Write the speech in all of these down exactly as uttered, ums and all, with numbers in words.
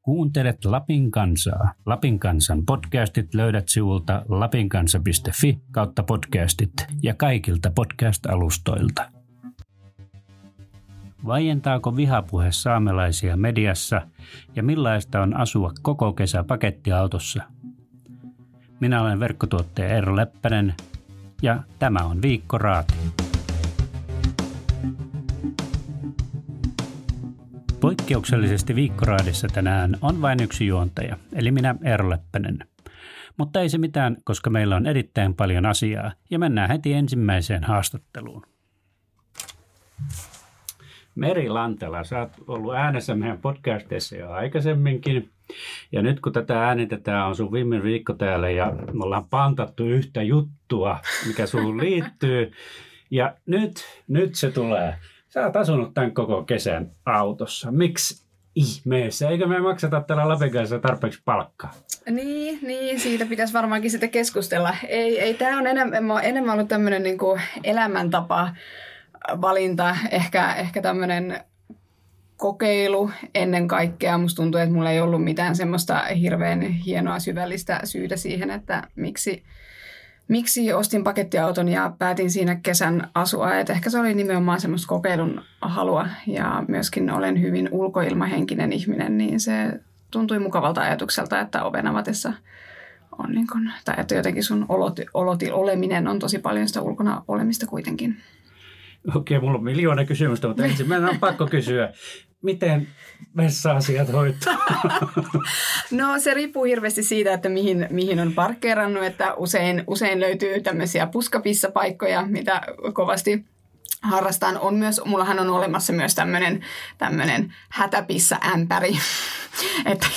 Kuuntelet Lapin kansaa. Lapin kansan podcastit löydät sivulta lapinkansa piste fi kautta podcastit ja kaikilta podcast-alustoilta. Vaientaako vihapuhe saamelaisia mediassa ja millaista on asua koko kesä pakettiautossa? Minä olen verkkotuottaja Eero Leppänen ja tämä on Viikko Raati. Poikkeuksellisesti Viikkoraadissa tänään on vain yksi juontaja, eli minä Eero Leppänen. Mutta ei se mitään, koska meillä on erittäin paljon asiaa ja mennään heti ensimmäiseen haastatteluun. Meri Lantela, sä oot ollut äänessä meidän podcasteissa jo aikaisemminkin. Ja nyt kun tätä äänitetään, on sun viime viikko täällä ja me ollaan pantattu yhtä juttua, mikä suun liittyy. Ja nyt, nyt se tulee. Sä oot asunut tämän koko kesän autossa. Miksi ihmeessä? Eikö me makseta täällä Lapin kanssa tarpeeksi palkkaa? Niin, niin, siitä pitäisi varmaankin sitten keskustella. Ei, ei tämä on enemmän, enemmän ollut tämmöinen niin kuin elämäntapa valinta, ehkä, ehkä tämmöinen kokeilu ennen kaikkea. Musta tuntuu, että mulla ei ollut mitään semmoista hirveän hienoa syvällistä syytä siihen, että miksi, miksi ostin pakettiauton ja päätin siinä kesän asua. Et ehkä se oli nimenomaan semmoista kokeilun halua ja myöskin olen hyvin ulkoilmahenkinen ihminen, niin se tuntui mukavalta ajatukselta, että oven avatessa on niin kun, tai että jotenkin sun olot, olotil oleminen on tosi paljon sitä ulkona olemista kuitenkin. Okei, mulla on miljoona kysymystä, mutta ensimmäinen on pakko kysyä. Miten vessa-asiat hoituu? No se riippuu hirveästi siitä, että mihin, mihin on parkkeerannut, että usein, usein löytyy tämmöisiä puskapissapaikkoja, mitä kovasti harrastan. On myös, mullahan on olemassa myös tämmöinen, tämmöinen hätäpissa-ämpäri, että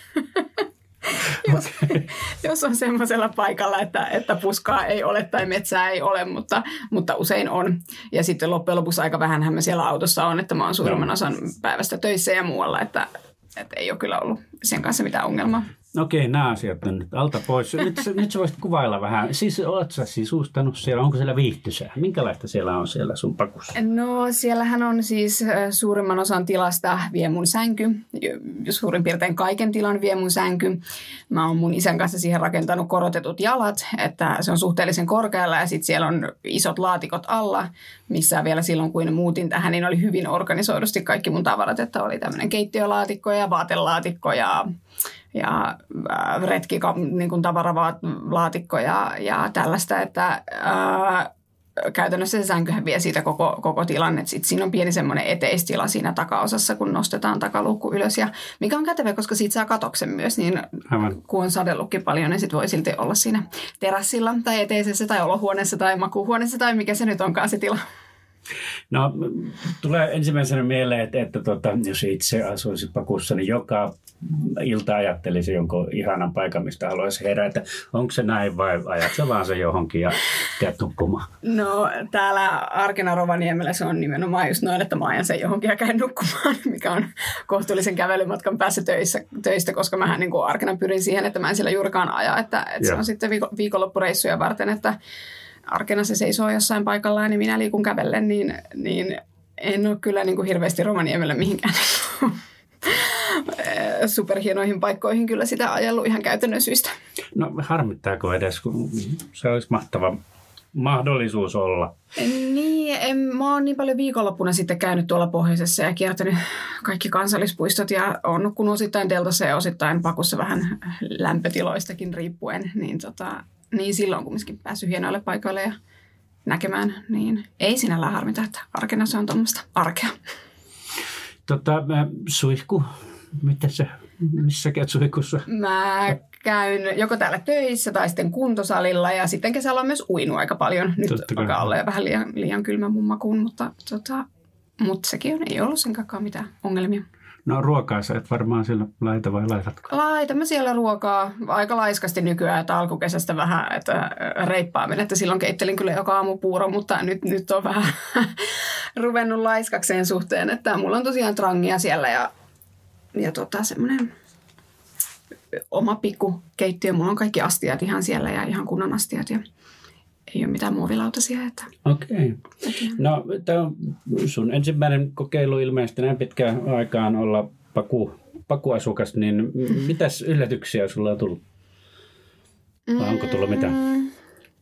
jos, jos on semmoisella paikalla, että, että puskaa ei ole tai metsää ei ole, mutta, mutta usein on. Ja sitten loppujen lopuksi aika vähänhän me siellä autossa on, että mä oon suurimman osan päivästä töissä ja muualla, että, että ei ole kyllä ollut sen kanssa mitään ongelmaa. Okei, nämä asiat on nyt alta pois. Nyt, nyt sä voisit kuvailla vähän. Siis oletko sä sisustanut siellä? Onko siellä viihtysää? Minkälaista siellä on siellä sun pakussa? No siellähän on siis suurimman osan tilasta vie mun sänky. Suurin piirtein kaiken tilan vie mun sänky. Mä oon mun isän kanssa siihen rakentanut korotetut jalat, että se on suhteellisen korkealla ja sitten siellä on isot laatikot alla, missä vielä silloin kun muutin tähän, niin oli hyvin organisoidusti kaikki mun tavarat, että oli tämmöinen keittiölaatikko ja vaatelaatikko ja ja retki niin kuin tavaravaatilaatikko ja, ja tällaista, että ää, käytännössä se sänkyhän vie siitä koko, koko tilanne. Sitten siinä on pieni semmoinen eteistila siinä takaosassa, kun nostetaan takaluukku ylös, ja mikä on kätevä, koska siitä saa katoksen myös, niin aivan. Kun on sadellutkin paljon, niin sitten voi silti olla siinä terassilla tai eteisessä tai olohuoneessa tai makuuhuoneessa tai mikä se nyt onkaan se tila. No tulee ensimmäisenä mieleen, että, että tuota, jos itse asuisi pakussa, niin joka ilta ajattelisi jonkun ihanan paikan, mistä haluaisi herätä. Onko se näin vai ajat sä vaan se johonkin ja käyt nukkumaan? No täällä arkena Rovaniemellä se on nimenomaan just noin, että mä ajan sen johonkin ja käyn nukkumaan, mikä on kohtuullisen kävelymatkan päässä töissä, töistä, koska mähän niin kuin arkena pyrin siihen, että mä en siellä juurikaan aja, että, että se on sitten viiko, viikonloppureissuja varten, että arkena se seisoo jossain paikallaan, niin minä liikun kävellen, niin, niin en ole kyllä niin kuin hirveästi Rovaniemellä mihinkään superhienoihin paikkoihin kyllä sitä ajellut ihan käytännön syistä. No harmittaako edes, kun se olisi mahtava mahdollisuus olla? Niin, en, mä oon niin paljon viikonloppuna sitten käynyt tuolla pohjoisessa ja kiertänyt kaikki kansallispuistot ja on nukkunut osittain teltassa ja osittain pakussa vähän lämpötiloistakin riippuen, niin tota... Niin silloin kumminkin päässyt hienoille paikoille ja näkemään, niin ei sinällään harmita, että arkena se on tuommoista arkea. Tota, suihku, miten se, missä käyt suihkussa? Mä käyn joko täällä töissä tai sitten kuntosalilla ja sitten kesällä on myös uinut aika paljon. Nyt alkaa olla vähän liian, liian kylmä mun makuun, mutta, tota, mutta sekin on, ei ollut sen kakkaan mitään ongelmia. No ruokaa sä et varmaan sillä laita vai laitatko? Laitan mä siellä ruokaa aika laiskasti nykyään, että alkukesästä vähän että reippaammin, että silloin keittelin kyllä joka aamu puuro, mutta nyt, nyt on vähän ruvennut laiskakseen suhteen, että mulla on tosiaan trangia siellä ja, ja tota, semmoinen oma pikku keittiö, mulla on kaikki astiat ihan siellä ja ihan kunnon astiat ja ei ole mitään muovilautasia. Että... Okei. No tämä on sun ensimmäinen kokeilu ilmeisesti näin pitkään aikaan olla paku pakuasukas, niin mitäs yllätyksiä sulla on tullut? Vai onko tullut mitään? Mm,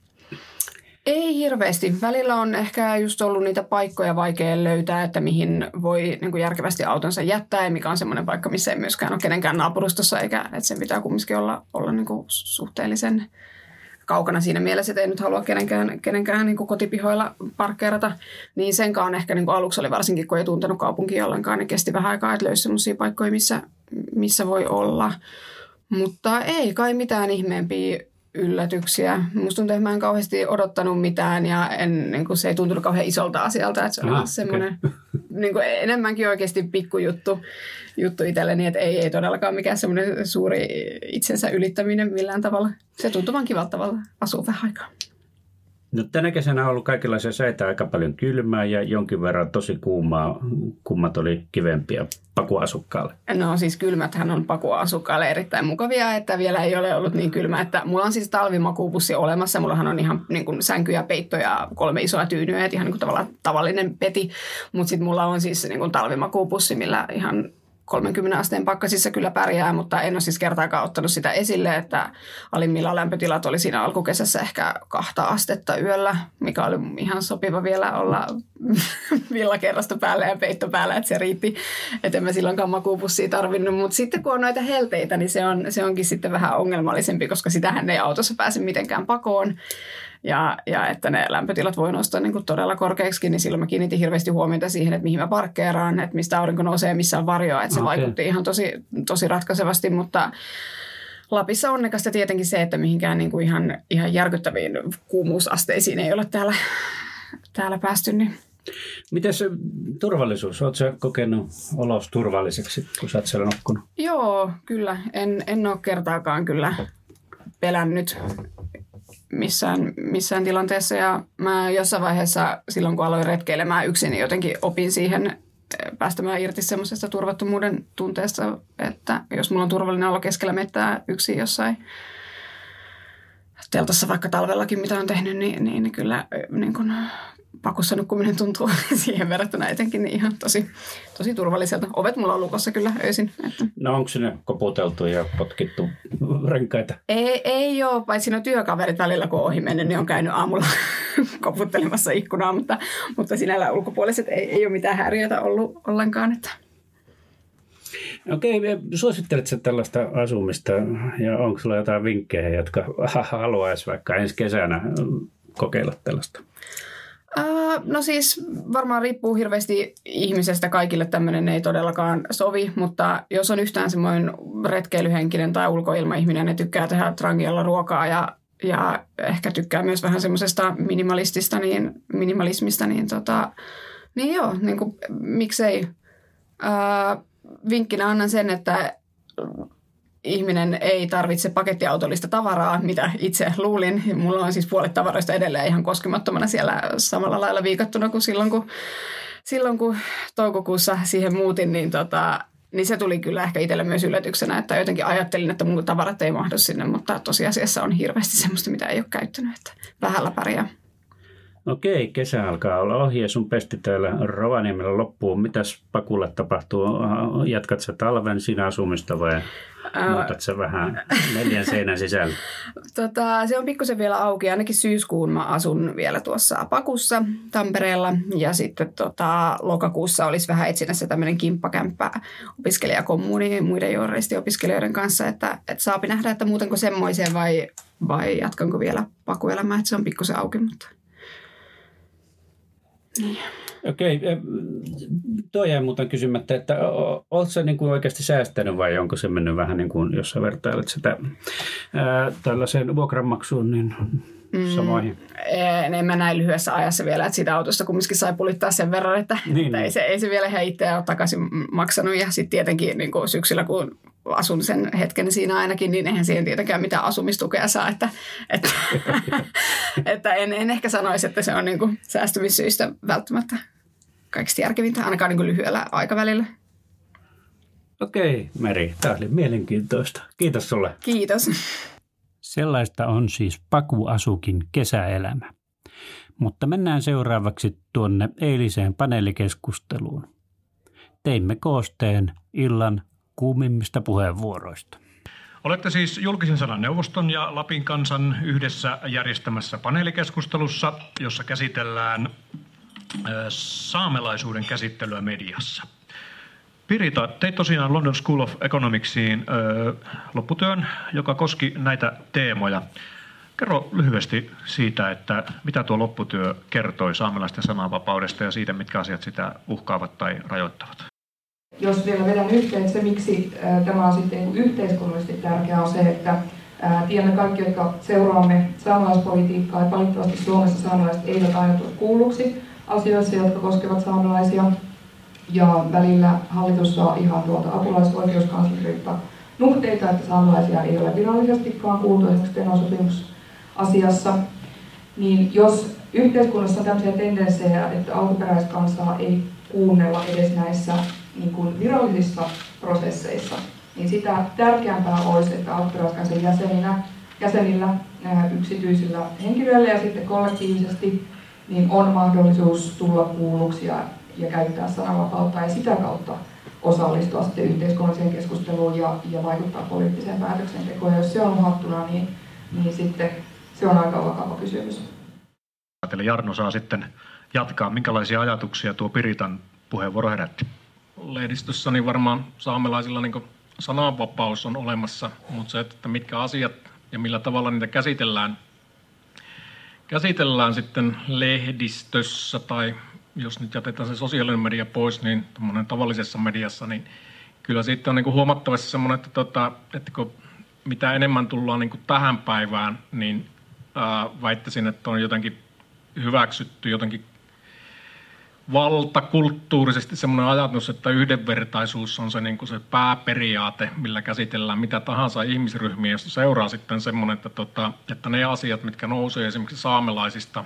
ei hirveästi. Välillä on ehkä just ollut niitä paikkoja vaikea löytää, että mihin voi niin kuin järkevästi autonsa jättää ja mikä on semmoinen paikka, missä ei myöskään ole kenenkään naapurustossa, eikä että sen pitää kumminkin olla, olla niin kuin suhteellisen kaukana siinä mielessä, että ei nyt halua kenenkään, kenenkään niin kuin kotipihoilla parkkeerata. Niin senkaan ehkä niin kuin aluksi oli varsinkin, kun ei tuntenut kaupunkia ollenkaan, niin kesti vähän aikaa, että löysi semmoisia paikkoja, missä, missä voi olla. Mutta ei kai mitään ihmeempiä yllätyksiä. Musta tuntuu, että mä en kauheasti odottanut mitään ja en, niin kuin se ei tuntunut kauhean isolta asialta. Että se on ah, semmoinen okay. niin kuin enemmänkin oikeasti pikkujuttu juttu itselleni, että ei, ei todellakaan mikään semmoinen suuri itsensä ylittäminen millään tavalla. Se tuntuu vaan kivalta tavalla asua vähän aikaa. No, tänä kesänä on ollut kaikenlaisia säitä, aika paljon kylmää ja jonkin verran tosi kuumaa. Kummat oli kivempiä pakuasukkaalle? No siis kylmäthän on pakuasukkaalle erittäin mukavia, että vielä ei ole ollut niin kylmä. Että mulla on siis talvimakuupussi olemassa. Mullahan on ihan niin kuin sänky ja peitto ja kolme isoa tyynyä, että ihan niin kuin tavallaan tavallinen peti. Mutta sitten mulla on siis niin kuin talvimakuupussi, millä ihan kolmekymmentä asteen pakkasissa kyllä pärjää, mutta en ole siis kertaakaan ottanut sitä esille, että alimmilla lämpötilat oli siinä alkukesässä ehkä kahta astetta yöllä, mikä oli ihan sopiva vielä olla villakerrasta päällä ja peitto päällä, että se riitti, että en mä silloinkaan makuupussia tarvinnut, mutta sitten kun on noita helteitä, niin se, on, se onkin sitten vähän ongelmallisempi, koska sitähän ei autossa pääse mitenkään pakoon. Ja, ja että ne lämpötilat voi nostaa niin kuin todella korkeaksi, niin silloin mä kiinnitin hirveästi huomiota siihen, että mihin mä parkkeeraan, että mistä aurinko nousee ja missä on varjoa. Että se okay. vaikutti ihan tosi, tosi ratkaisevasti, mutta Lapissa onnekasta tietenkin se, että mihinkään niin kuin ihan, ihan järkyttäviin kuumuusasteisiin ei ole täällä, täällä päästy. Niin. Miten se turvallisuus? Oletko sä kokenut olos turvalliseksi, kun sä oot siellä nukkunut? Joo, kyllä. En, en ole kertaakaan kyllä pelännyt missään, missään tilanteessa. Ja mä jossain vaiheessa silloin, kun aloin retkeilemään yksin, niin jotenkin opin siihen päästämään irti semmoisesta turvattomuuden tunteesta, että jos mulla on turvallinen olo keskellä mettää yksin jossain teltassa vaikka talvellakin, mitä on tehnyt, niin, niin kyllä niin kun pakussa nukkuminen tuntuu siihen verrattuna etenkin niin ihan tosi, tosi turvalliselta. Ovet mulla on lukossa kyllä öisin. Että. No onko sinne koputeltu ja potkittu renkaita? Ei, ei ole, paitsi no työkaverit välillä kun on ohi mennyt, niin on käynyt aamulla koputtelemassa ikkunaa, mutta, mutta sinällä ulkopuoliset ei, ei ole mitään häiriötä ollut ollenkaan. Että. Okei, suositteletko tällaista asumista ja onko sulla jotain vinkkejä, jotka haluaisi vaikka ensi kesänä kokeilla tällaista? Uh, no siis varmaan riippuu hirveästi ihmisestä. Kaikille tämmöinen ei todellakaan sovi, mutta jos on yhtään semmoinen retkeilyhenkinen tai ulkoilmaihminen, ne tykkää tehdä trangialla ruokaa ja, ja ehkä tykkää myös vähän semmoisesta minimalistista, niin, minimalismista, niin, tota, niin joo, niin kuin, miksei. Uh, vinkkinä annan sen, että ihminen ei tarvitse pakettiautollista tavaraa, mitä itse luulin. Mulla on siis puolet tavaroista edelleen ihan koskemattomana siellä samalla lailla viikattuna kuin silloin, kun, silloin, kun toukokuussa siihen muutin, niin, tota, niin se tuli kyllä ehkä itselle myös yllätyksenä, että jotenkin ajattelin, että mun tavarat ei mahdu sinne, mutta tosiasiassa on hirveästi semmoista, mitä ei ole käyttänyt, että vähällä pärjää. Okei, kesä alkaa olla ohi ja sun pesti täällä Rovaniemellä loppuu. Mitäs pakulle tapahtuu? Jatkat sä talven siinä asumista vai muutat sä vähän neljän seinän sisällä? Tota, se on pikkusen vielä auki. Ainakin syyskuun mä asun vielä tuossa Pakussa Tampereella. Ja sitten tota, lokakuussa olisi vähän etsinnässä tämmöinen kimppakämppä opiskelijakommuuni muiden journalistiopiskelijoiden kanssa. Että, että saapi nähdä, että muutenko semmoiseen vai, vai jatkanko vielä pakuelämää. Että se on pikkusen auki, mutta... Niin. Okei, tuo jäi muuten kysymättä, että oletko sä niin kuin oikeasti säästänyt vai onko se mennyt vähän niin kuin, jos sä vertailet sitä ää, tällaiseen vuokranmaksuun, niin samoihin? Mm, en mä näin lyhyessä ajassa vielä, että siitä autosta kumminkin sai pulittaa sen verran, että, niin, että ei, se, ei se vielä ihan itseä ole takaisin maksanut. Ja sitten tietenkin niin kuin syksyllä, kun asun sen hetken siinä ainakin, niin eihän siihen tietenkään mitään asumistukea saa. Että, että, että en, en ehkä sanoisi, että se on niin kuin säästymissyistä välttämättä kaikista järkevintä, ainakaan niin kuin lyhyellä aikavälillä. Okei, Meri, tämä oli mielenkiintoista. Kiitos sulle. Kiitos. Sellaista on siis pakuasukin kesäelämä. Mutta mennään seuraavaksi tuonne eiliseen paneelikeskusteluun. Teimme koosteen illan kuumimmista puheenvuoroista. Olette siis Julkisen sanan neuvoston ja Lapin kansan yhdessä järjestämässä paneelikeskustelussa, jossa käsitellään saamelaisuuden käsittelyä mediassa. Pirita, teit tosiaan London School of Economicsiin ö, lopputyön, joka koski näitä teemoja. Kerro lyhyesti siitä, että mitä tuo lopputyö kertoi saamelaisten sananvapaudesta ja siitä, mitkä asiat sitä uhkaavat tai rajoittavat. Jos vielä vedän yhteen, se miksi ää, tämä on sitten yhteiskunnallisesti tärkeää on se, että ää, tiedämme kaikki, jotka seuraamme saamelaispolitiikkaa, että valitettavasti Suomessa saamelaiset eivät aina tule kuulluksi asioissa, jotka koskevat saamelaisia. Ja välillä hallitus saa ihan tuolta apulaisoikeuskanslerilta nuhteita, että saamelaisia ei ole virallisestikaan kuultu esimerkiksi Tenon sopimusasiassa. Niin jos yhteiskunnassa on tämmöisiä tendenssejä, että alkuperäiskansaa ei kuunnella edes näissä niin kuin virallisissa prosesseissa, niin sitä tärkeämpää olisi, että alkuperäiskansan jäseninä, jäsenillä, yksityisillä henkilöillä ja sitten kollektiivisesti niin on mahdollisuus tulla kuulluksi ja, ja käyttää sananvapautta ja sitä kautta osallistua sitten yhteiskunnalliseen keskusteluun ja, ja vaikuttaa poliittiseen päätöksentekoon. Ja jos se on uhattuna, niin, niin sitten se on aika vakava kysymys. Jarno saa sitten jatkaa. Minkälaisia ajatuksia tuo Piritan puheenvuoro herätti? Lehdistössä niin varmaan saamelaisilla niin sananvapaus on olemassa, mutta se, että mitkä asiat ja millä tavalla niitä käsitellään, käsitellään sitten lehdistössä tai jos nyt jätetään se sosiaalinen media pois, niin tavallisessa mediassa, niin kyllä siitä on niin kuin huomattavasti semmoinen, että, tota, että kun mitä enemmän tullaan niin kuin tähän päivään, niin ää, väittäisin, että on jotenkin hyväksytty jotenkin valtakulttuurisesti semmoinen ajatus, että yhdenvertaisuus on se, niin kuin se pääperiaate, millä käsitellään mitä tahansa ihmisryhmiä, josta seuraa sitten semmoinen, että, tota, että ne asiat, mitkä nousee esimerkiksi saamelaisista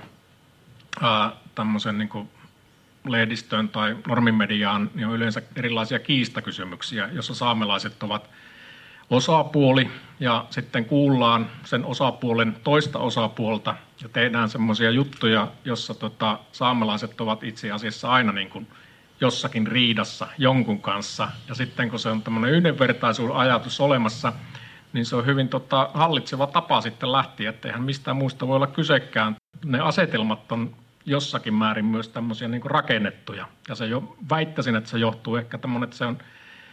ää, tämmöisen niin kuin lehdistöön tai normimediaan, niin on yleensä erilaisia kiistakysymyksiä, jossa saamelaiset ovat osapuoli ja sitten kuullaan sen osapuolen toista osapuolta ja tehdään semmoisia juttuja, jossa tota, saamelaiset ovat itse asiassa aina niin kuin jossakin riidassa jonkun kanssa. Ja sitten kun se on tämmöinen yhdenvertaisuuden ajatus olemassa, niin se on hyvin tota, hallitseva tapa sitten lähteä, että eihän mistään muusta voi olla kysekään. Ne asetelmat on jossakin määrin myös tämmöisiä niin kuin rakennettuja. Ja se jo väittäisin, että se johtuu ehkä tämmöinen, että se on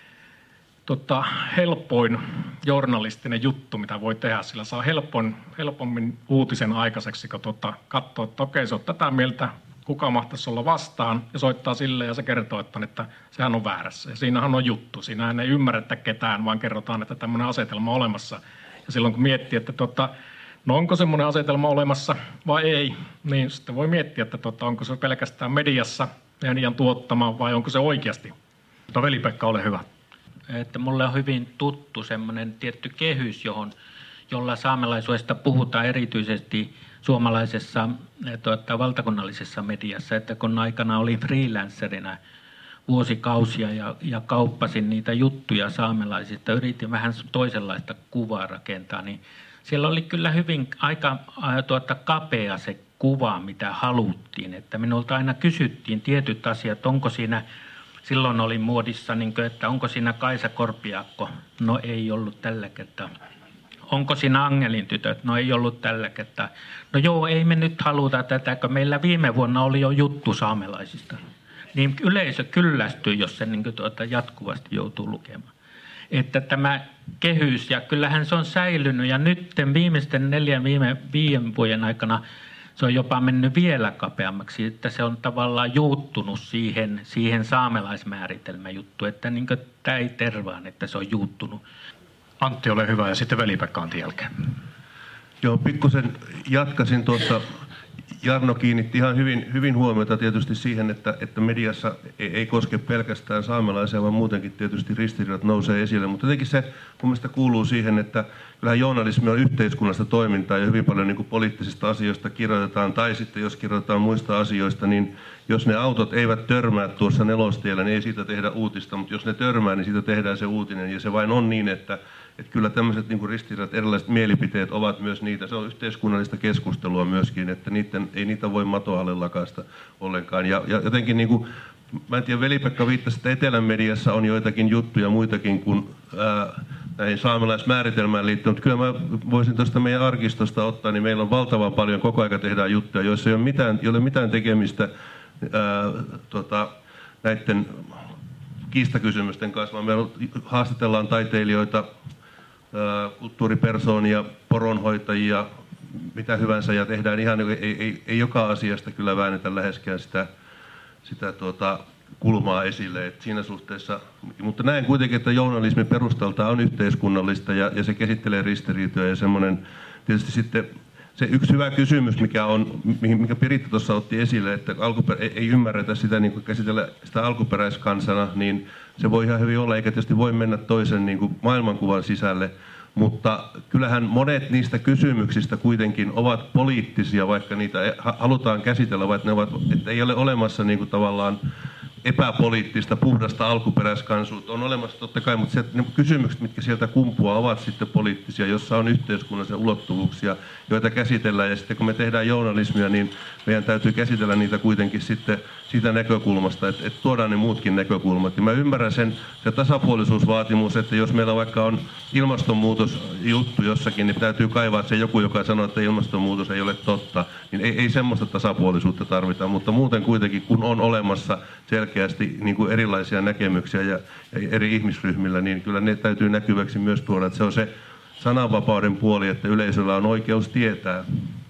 Tota, helpoin journalistinen juttu, mitä voi tehdä, sillä saa helpoin, helpommin uutisen aikaiseksi, kun tota, katsoo, että okei, se on tätä mieltä, kuka mahtaisi olla vastaan, ja soittaa sille ja se kertoo, että, että sehän on väärässä. Ja siinähän on juttu, siinähän ei ymmärretä ketään, vaan kerrotaan, että tämmöinen asetelma on olemassa. Ja silloin kun miettii, että tota, no onko semmoinen asetelma olemassa vai ei, niin sitten voi miettiä, että tota, onko se pelkästään mediassa median tuottama vai onko se oikeasti. Mutta Veli-Pekka, ole hyvä. Että mulle on hyvin tuttu semmoinen tietty kehys, johon, jolla saamelaisuudesta puhutaan erityisesti suomalaisessa tuota, valtakunnallisessa mediassa. Että kun aikana olin freelancerina vuosikausia ja, ja kauppasin niitä juttuja saamelaisista, yritin vähän toisenlaista kuvaa rakentaa, niin siellä oli kyllä hyvin aika tuota, kapea se kuva, mitä haluttiin. Että minulta aina kysyttiin tietyt asiat, onko siinä. Silloin oli muodissa, että onko siinä Kaisa Korpiakko? No ei ollut tällä kertaa. Onko siinä Angelin tytöt? No ei ollut tällä kertaa. No joo, ei me nyt haluta tätä, kun meillä viime vuonna oli jo juttu saamelaisista. Niin yleisö kyllästyy, jos se niin tuota, jatkuvasti joutuu lukemaan. Että tämä kehys, ja kyllähän se on säilynyt, ja nyt viimeisten neljän viime viiden vuoden aikana se on jopa mennyt vielä kapeammaksi, että se on tavallaan juuttunut siihen, siihen saamelaismääritelmäjuttu, että niin kuin tämä ei tervaan, että se on juuttunut. Antti, ole hyvä, ja sitten Veli-Pekka Antin jälkeen. Joo, pikkusen jatkaisin tuossa. Jarno kiinnitti ihan hyvin, hyvin huomiota tietysti siihen, että, että mediassa ei, ei koske pelkästään saamelaisia, vaan muutenkin tietysti ristiriidat nousee esille. Mutta jotenkin se mun mielestä kuuluu siihen, että kyllähän journalismi on yhteiskunnasta toimintaa ja hyvin paljon niin kuin poliittisista asioista kirjoitetaan, tai sitten jos kirjoitetaan muista asioista, niin jos ne autot eivät törmää tuossa nelostiellä, niin ei siitä tehdä uutista, mutta jos ne törmää, niin siitä tehdään se uutinen. Ja se vain on niin, että Että kyllä tämmöiset niin kuin ristiriidat, erilaiset mielipiteet ovat myös niitä. Se on yhteiskunnallista keskustelua myöskin, että niiden, ei niitä voi matoalle lakaista ollenkaan. Ja, ja jotenkin niin kuin mä en tiedä, Veli-Pekka viittasi, että Etelän mediassa on joitakin juttuja muitakin kuin ää, näihin saamelaismääritelmään liittyen, mutta kyllä mä voisin tuosta meidän arkistosta ottaa, niin meillä on valtavan paljon, koko ajan tehdään juttuja, joissa ei ole mitään, ei ole mitään tekemistä ää, tota, näiden kiistakysymysten kanssa, vaan me haastatellaan taiteilijoita, ää, kulttuuripersoonia, poronhoitajia, mitä hyvänsä, ja tehdään ihan, ei, ei, ei joka asiasta kyllä väännetä läheskään sitä, sitä tuota, kulmaa esille. Et siinä suhteessa, mutta näen kuitenkin, että journalismi perustalta on yhteiskunnallista ja, ja se käsittelee ristiriitoja ja semmoinen, tietysti sitten se yksi hyvä kysymys, mikä on, mikä Piritta tuossa otti esille, että alkuperä, ei, ei ymmärretä sitä, niin kuin käsitellä sitä alkuperäiskansana, niin se voi ihan hyvin olla, eikä tietysti voi mennä toisen niin kuin maailmankuvan sisälle. Mutta kyllähän monet niistä kysymyksistä kuitenkin ovat poliittisia, vaikka niitä halutaan käsitellä, vaikka ne ovat, että ei ole olemassa niin kuin tavallaan epäpoliittista, puhdasta alkuperäiskansuutta. On olemassa totta kai, mutta ne kysymykset, mitkä sieltä kumpuaa, ovat sitten poliittisia, jossa on yhteiskunnallisia ulottuvuuksia, joita käsitellään. Ja sitten kun me tehdään journalismia, niin meidän täytyy käsitellä niitä kuitenkin sitten siitä näkökulmasta, että, että tuodaan ne muutkin näkökulmat. Ja mä ymmärrän sen se tasapuolisuusvaatimus, että jos meillä vaikka on ilmastonmuutosjuttu jossakin, niin täytyy kaivaa se joku, joka sanoo, että ilmastonmuutos ei ole totta. Niin ei, ei semmoista tasapuolisuutta tarvita, mutta muuten kuitenkin, kun on olemassa selkeästi niin kuin erilaisia näkemyksiä ja eri ihmisryhmillä, niin kyllä ne täytyy näkyväksi myös tuoda. Että se on se sananvapauden puoli, että yleisöllä on oikeus tietää.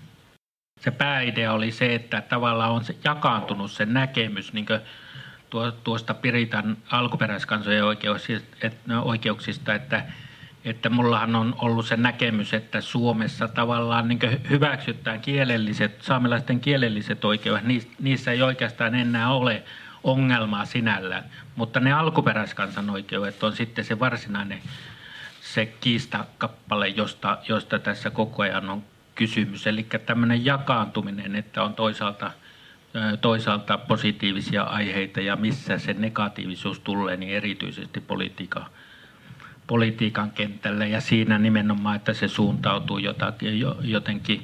Se pääidea oli se, että tavallaan on se jakaantunut se näkemys niin kuin tuosta Piritan alkuperäiskansojen oikeuksista, että, että mullahan on ollut se näkemys, että Suomessa tavallaan niin kuin hyväksytään kielelliset, saamelaisten kielelliset oikeudet, niissä ei oikeastaan enää ole ongelmaa sinällään, mutta ne alkuperäiskansan oikeudet on sitten se varsinainen se kiistakappale, josta, josta tässä koko ajan on kysymys. Eli tämmöinen jakaantuminen, että on toisaalta, toisaalta positiivisia aiheita ja missä se negatiivisuus tulee, niin erityisesti politiikan, politiikan kentälle ja siinä nimenomaan, että se suuntautuu jotakin, jotenkin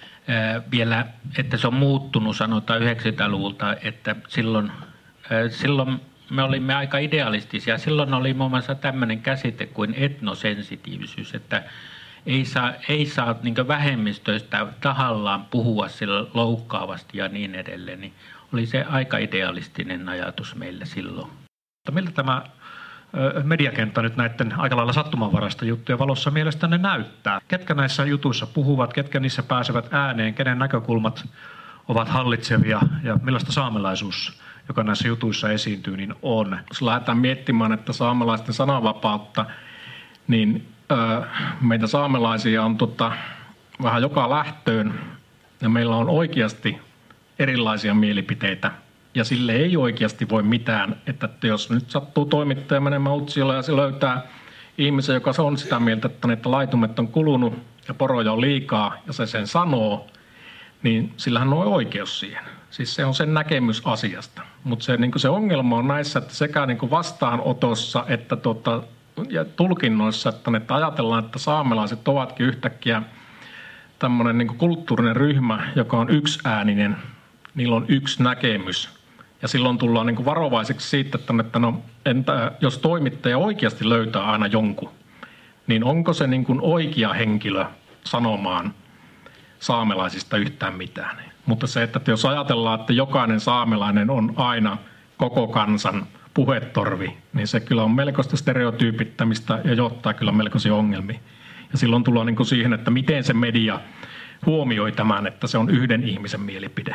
vielä, että se on muuttunut sanotaan yhdeksänkymmentäluvulta, että silloin, silloin me olimme aika idealistisia. Silloin oli muun muassa tämmöinen käsite kuin etnosensitiivisyys, että ei saa, ei saa niin kuin vähemmistöistä tahallaan puhua sillä loukkaavasti ja niin edelleen. Niin oli se aika idealistinen ajatus meillä silloin. Miltä tämä mediakenttä nyt näiden aika lailla sattumanvaraista juttujen valossa mielestänne näyttää? Ketkä näissä jutuissa puhuvat, ketkä niissä pääsevät ääneen, kenen näkökulmat ovat hallitsevia ja millaista saamelaisuus, joka näissä jutuissa esiintyy, niin on? Jos lähdetään miettimään, että saamelaisten sananvapautta, niin ö, meitä saamelaisia on tota, vähän joka lähtöön ja meillä on oikeasti erilaisia mielipiteitä. Ja sille ei oikeasti voi mitään, että jos nyt sattuu toimittaja menemään Utsjoelle ja se löytää ihmisen, joka on sitä mieltä, että laitumet on kulunut ja poroja on liikaa ja se sen sanoo, niin sillähän on oikeus siihen. Siis se on sen näkemys asiasta. Mutta se, niin se ongelma on näissä, että sekä niin vastaanotossa että tuota, ja tulkinnoissa, että, että ajatellaan, että saamelaiset ovatkin yhtäkkiä tämmöinen niin kulttuurinen ryhmä, joka on yksiääninen. Niillä on yksi näkemys. Ja silloin tullaan niin kuin varovaiseksi siitä, että no, entä, jos toimittaja oikeasti löytää aina jonkun, niin onko se niin kuin oikea henkilö sanomaan saamelaisista yhtään mitään. Mutta se, että jos ajatellaan, että jokainen saamelainen on aina koko kansan puhetorvi, niin se kyllä on melkoista stereotyypittämistä ja johtaa kyllä melkoisia ongelmia. Ja silloin tullaan niin kuin siihen, että miten se media huomioi tämän, että se on yhden ihmisen mielipide.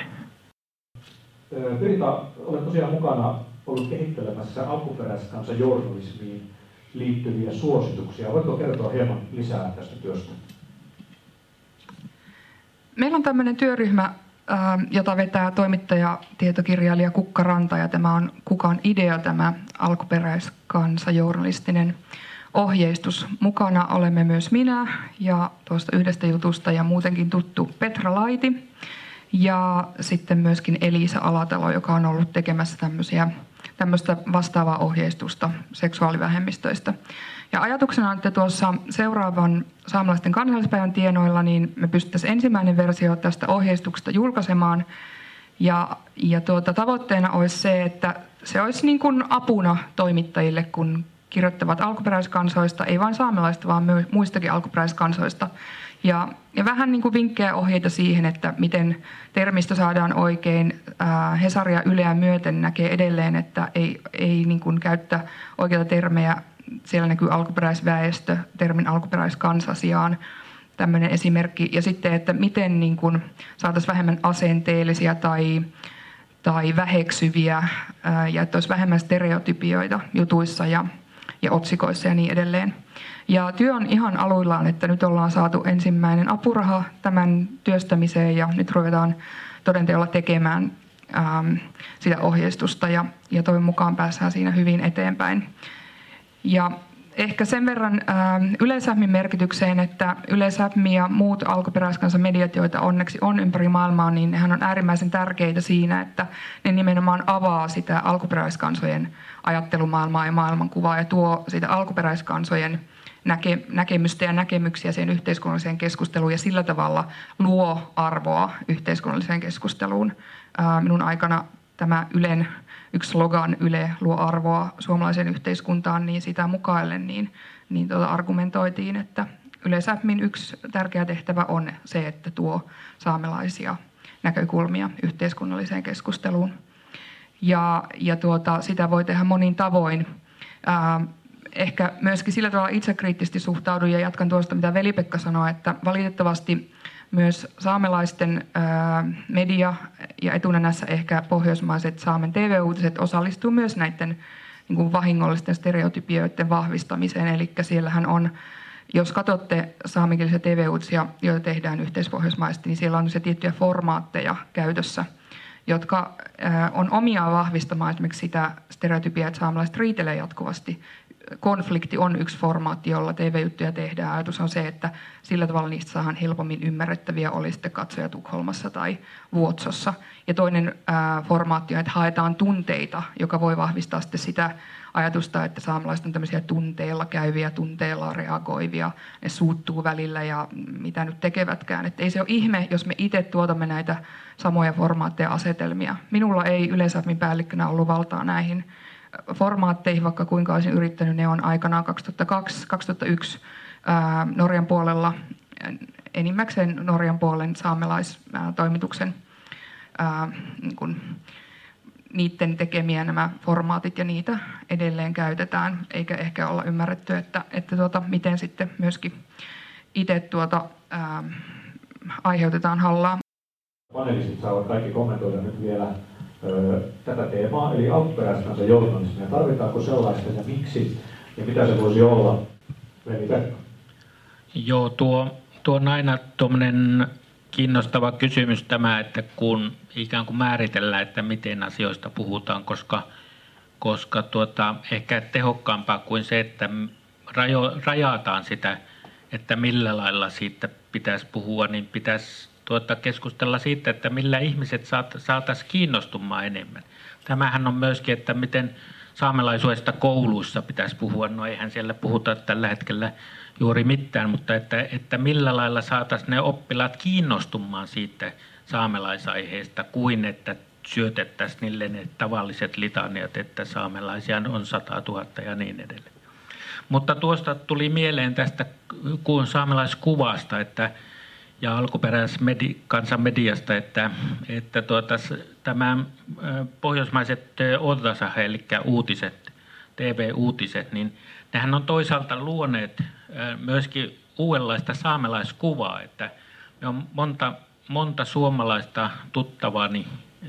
Pirita, olet tosiaan mukana ollut kehittelemässä alkuperäiskansan journalismiin liittyviä suosituksia. Voitko kertoa hieman lisää tästä työstä? Meillä on tämmöinen työryhmä, jota vetää toimittaja, tietokirjailija Kukka Ranta, ja tämä on Kukan idea, tämä alkuperäiskansan journalistinen ohjeistus. Mukana olemme myös minä ja tuosta yhdestä jutusta ja muutenkin tuttu Petra Laiti. Ja sitten myöskin Elisa Alatalo, joka on ollut tekemässä tämmöisiä, tämmöistä vastaavaa ohjeistusta seksuaalivähemmistöistä. Ja ajatuksena on, että tuossa seuraavan saamelaisten kansallispäivän tienoilla niin me pystyttäisiin ensimmäinen versio tästä ohjeistuksesta julkaisemaan. Ja, ja tuota, tavoitteena olisi se, että se olisi niin kuin apuna toimittajille, kun kirjoittavat alkuperäiskansoista, ei vain saamelaista, vaan myös muistakin alkuperäiskansoista. Ja, ja vähän niin kuin vinkkejä ohjeita siihen, että miten termistö saadaan oikein. Ää, Hesaria Yleä myöten näkee edelleen, että ei, ei niin kuin käyttä oikeita termejä. Siellä näkyy alkuperäisväestö termin alkuperäiskansa sijaan. Tämmöinen esimerkki. Ja sitten, että miten niin kuin saataisiin vähemmän asenteellisia tai, tai väheksyviä ää, ja että olisi vähemmän stereotypioita jutuissa ja, ja otsikoissa ja niin edelleen. Ja työ on ihan aluillaan, että nyt ollaan saatu ensimmäinen apuraha tämän työstämiseen ja nyt ruvetaan todenteolla tekemään äm, sitä ohjeistusta ja, ja toivon mukaan päästään siinä hyvin eteenpäin. Ja ehkä sen verran äm, Yle-Sápmin merkitykseen, että Yle-Sápmi ja muut alkuperäiskansamediat, joita onneksi on ympäri maailmaa, niin nehän on äärimmäisen tärkeitä siinä, että ne nimenomaan avaa sitä alkuperäiskansojen ajattelumaailmaa ja maailmankuvaa ja tuo sitä alkuperäiskansojen näke, näkemystä ja näkemyksiä siihen yhteiskunnalliseen keskusteluun ja sillä tavalla luo arvoa yhteiskunnalliseen keskusteluun. Ää, minun aikana tämä Ylen yksi slogan, Yle luo arvoa suomalaiseen yhteiskuntaan, niin sitä mukaillen niin, niin tuota argumentoitiin, että Yle-Sápmin yksi tärkeä tehtävä on se, että tuo saamelaisia näkökulmia yhteiskunnalliseen keskusteluun. Ja, ja tuota, sitä voi tehdä monin tavoin. Ää, ehkä myöskin sillä tavalla itsekriittisesti suhtaudun ja jatkan tuosta, mitä Veli-Pekka sanoi, että valitettavasti myös saamelaisten ää, media ja etunenässä ehkä pohjoismaiset Saamen T V-uutiset osallistuu myös näiden niin kuin vahingollisten stereotypioiden vahvistamiseen. Eli siellähän on, jos katsotte saamenkielisiä T V-uutisia, joita tehdään yhteispohjoismaisesti, niin siellä on se tiettyjä formaatteja käytössä, jotka ää, on omiaan vahvistamaan esimerkiksi sitä stereotypiaa, että saamelaiset riitelee jatkuvasti. Konflikti on yksi formaatti, jolla T V-juttuja tehdään. Ajatus on se, että sillä tavalla niistä saadaan helpommin ymmärrettäviä, oli sitten katsoja Tukholmassa tai Vuotsossa. Ja toinen ää, formaatti on, että haetaan tunteita, joka voi vahvistaa sitten sitä ajatusta, että saamelaiset on tämmöisiä tunteilla käyviä, tunteilla reagoivia, ne suuttuu välillä ja mitä nyt tekevätkään. Että ei se ole ihme, jos me itse tuotamme näitä samoja formaatteja asetelmia. Minulla ei Yle-Sápmin päällikkönä ollut valtaa näihin formaatteihin, vaikka kuinka olisin yrittänyt, ne on aikanaan kaksituhattakaksi kaksituhattayksi ää, Norjan puolella, enimmäkseen Norjan puolen saamelaistoimituksen ää, niin kun, niiden tekemiä nämä formaatit ja niitä edelleen käytetään, eikä ehkä olla ymmärretty, että, että tuota, miten sitten myöskin itse tuota, ää, aiheutetaan hallaa. Panelistit saavat kaikki kommentoida nyt vielä tätä teemaa, eli alkuperäiskansan journalismia. Tarvitaanko sellaista ja miksi ja mitä se voisi olla? Veli-Pekka. Joo, tuo, tuo on aina tuommoinen kiinnostava kysymys tämä, että kun ikään kuin määritellään, että miten asioista puhutaan, koska, koska tuota, ehkä tehokkaampaa kuin se, että rajo, rajataan sitä, että millä lailla siitä pitäisi puhua, niin pitäisi tuota, keskustella siitä, että millä ihmiset saat, saataisiin kiinnostumaan enemmän. Tämähän on myöskin, että miten saamelaisuudesta kouluissa pitäisi puhua. No eihän siellä puhuta tällä hetkellä juuri mitään, mutta että, että millä lailla saataisiin ne oppilaat kiinnostumaan siitä saamelaisaiheesta kuin että syötettäisiin niille ne tavalliset litaniat, että saamelaisia on sata tuhatta ja niin edelleen. Mutta tuosta tuli mieleen tästä saamelaiskuvasta, että ja alkuperäiskansan mediasta, että, että tuota, tämä pohjoismaiset Oddassahe, eli uutiset, T V-uutiset, niin nehän on toisaalta luoneet myöskin uudenlaista saamelaiskuvaa, että me on monta, monta suomalaista tuttavani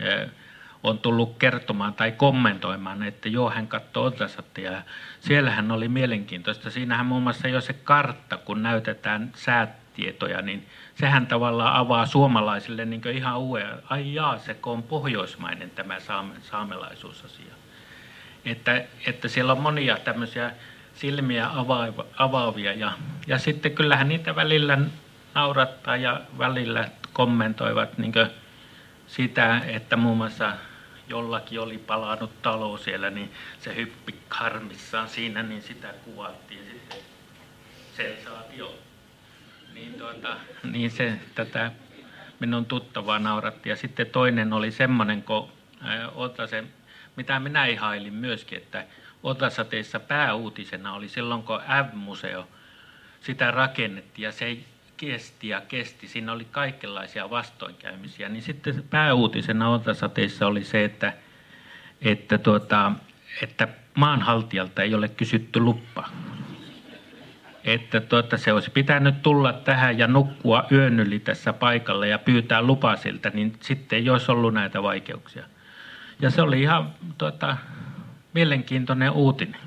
on tullut kertomaan tai kommentoimaan, että joo, hän katsoi Oddassatta ja siellähän oli mielenkiintoista. Siinähän muun muassa jo se kartta, kun näytetään säätietoja, niin sehän tavallaan avaa suomalaisille niin ihan uuden, ai jaa, se on pohjoismainen tämä saame, saamelaisuusasia. Että, että siellä on monia tämmöisiä silmiä avaava, avaavia ja, ja sitten kyllähän niitä välillä naurattaa ja välillä kommentoivat niin sitä, että muun muassa jollakin oli palannut talo siellä, niin se hyppi karmissaan siinä, niin sitä kuvattiin sitten sensaatio. Niin, tuota, niin se tätä minun tuttavaa nauratti. Ja sitten toinen oli semmoinen, kun Ottasen mitä minä ihailin myöskin, että Otasateessa pääuutisena oli silloin, kun Ä V-museo sitä rakennettiin ja se kesti ja kesti. Siinä oli kaikenlaisia vastoinkäymisiä. Niin sitten pääuutisena Otasateissa oli se, että, että, tuota, että maanhaltijalta ei ole kysytty luppaa. Että tuota, se olisi pitänyt tulla tähän ja nukkua yön yli tässä paikalla ja pyytää lupa siltä, niin sitten ei olisi ollut näitä vaikeuksia. Ja se oli ihan tuota, mielenkiintoinen uutinen.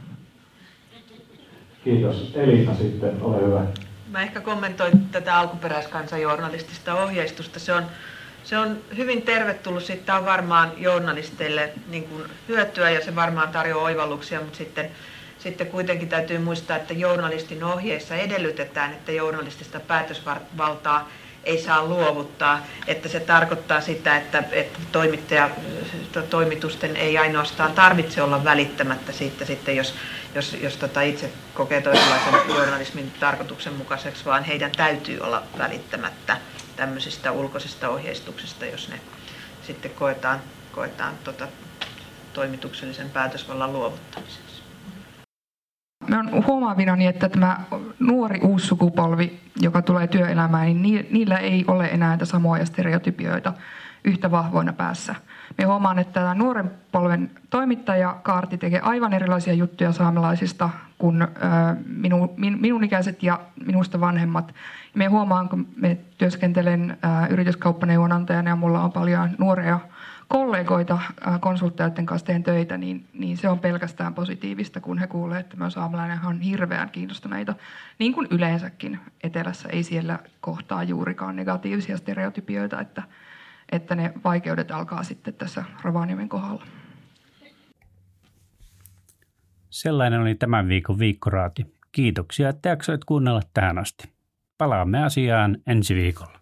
Kiitos. Elina sitten, ole hyvä. Mä ehkä kommentoin tätä alkuperäiskansanjournalistista ohjeistusta. Se on, se on hyvin tervetullut. Siitä on varmaan journalisteille niin kuin hyötyä ja se varmaan tarjoaa oivalluksia, mutta sitten, sitten kuitenkin täytyy muistaa, että journalistin ohjeissa edellytetään, että journalistista päätösvaltaa ei saa luovuttaa, että se tarkoittaa sitä, että, että toimittaja, toimitusten ei ainoastaan tarvitse olla välittämättä siitä sitten, jos, jos, jos tota itse kokee toisenlaisen journalismin tarkoituksenmukaiseksi, vaan heidän täytyy olla välittämättä tämmöisistä ulkoisista ohjeistuksista, jos ne sitten koetaan, koetaan tota, toimituksellisen päätösvallan luovuttamiseksi. Mä oon huomaavinani, että tämä nuori uusi sukupolvi, joka tulee työelämään, niin niillä ei ole enää näitä samoja stereotypioita yhtä vahvoina päässä. Me huomaan, että tämä nuoren polven toimittaja Kaarti tekee aivan erilaisia juttuja saamelaisista kuin minu, minun ikäiset ja minusta vanhemmat. Me huomaan, kun me työskentelen yrityskauppaneuvonantajana ja mulla on paljon nuoria kollegoita konsultteiden kanssa teen töitä, niin, niin se on pelkästään positiivista, kun he kuulevat, että me saamelainen on hirveän kiinnostuneita. Niin kuin yleensäkin etelässä ei siellä kohtaa juurikaan negatiivisia stereotypioita, että, että ne vaikeudet alkaa sitten tässä Rovaniemen kohdalla. Sellainen oli tämän viikon viikkoraati. Kiitoksia, että jaksoit kuunnella tähän asti. Palaamme asiaan ensi viikolla.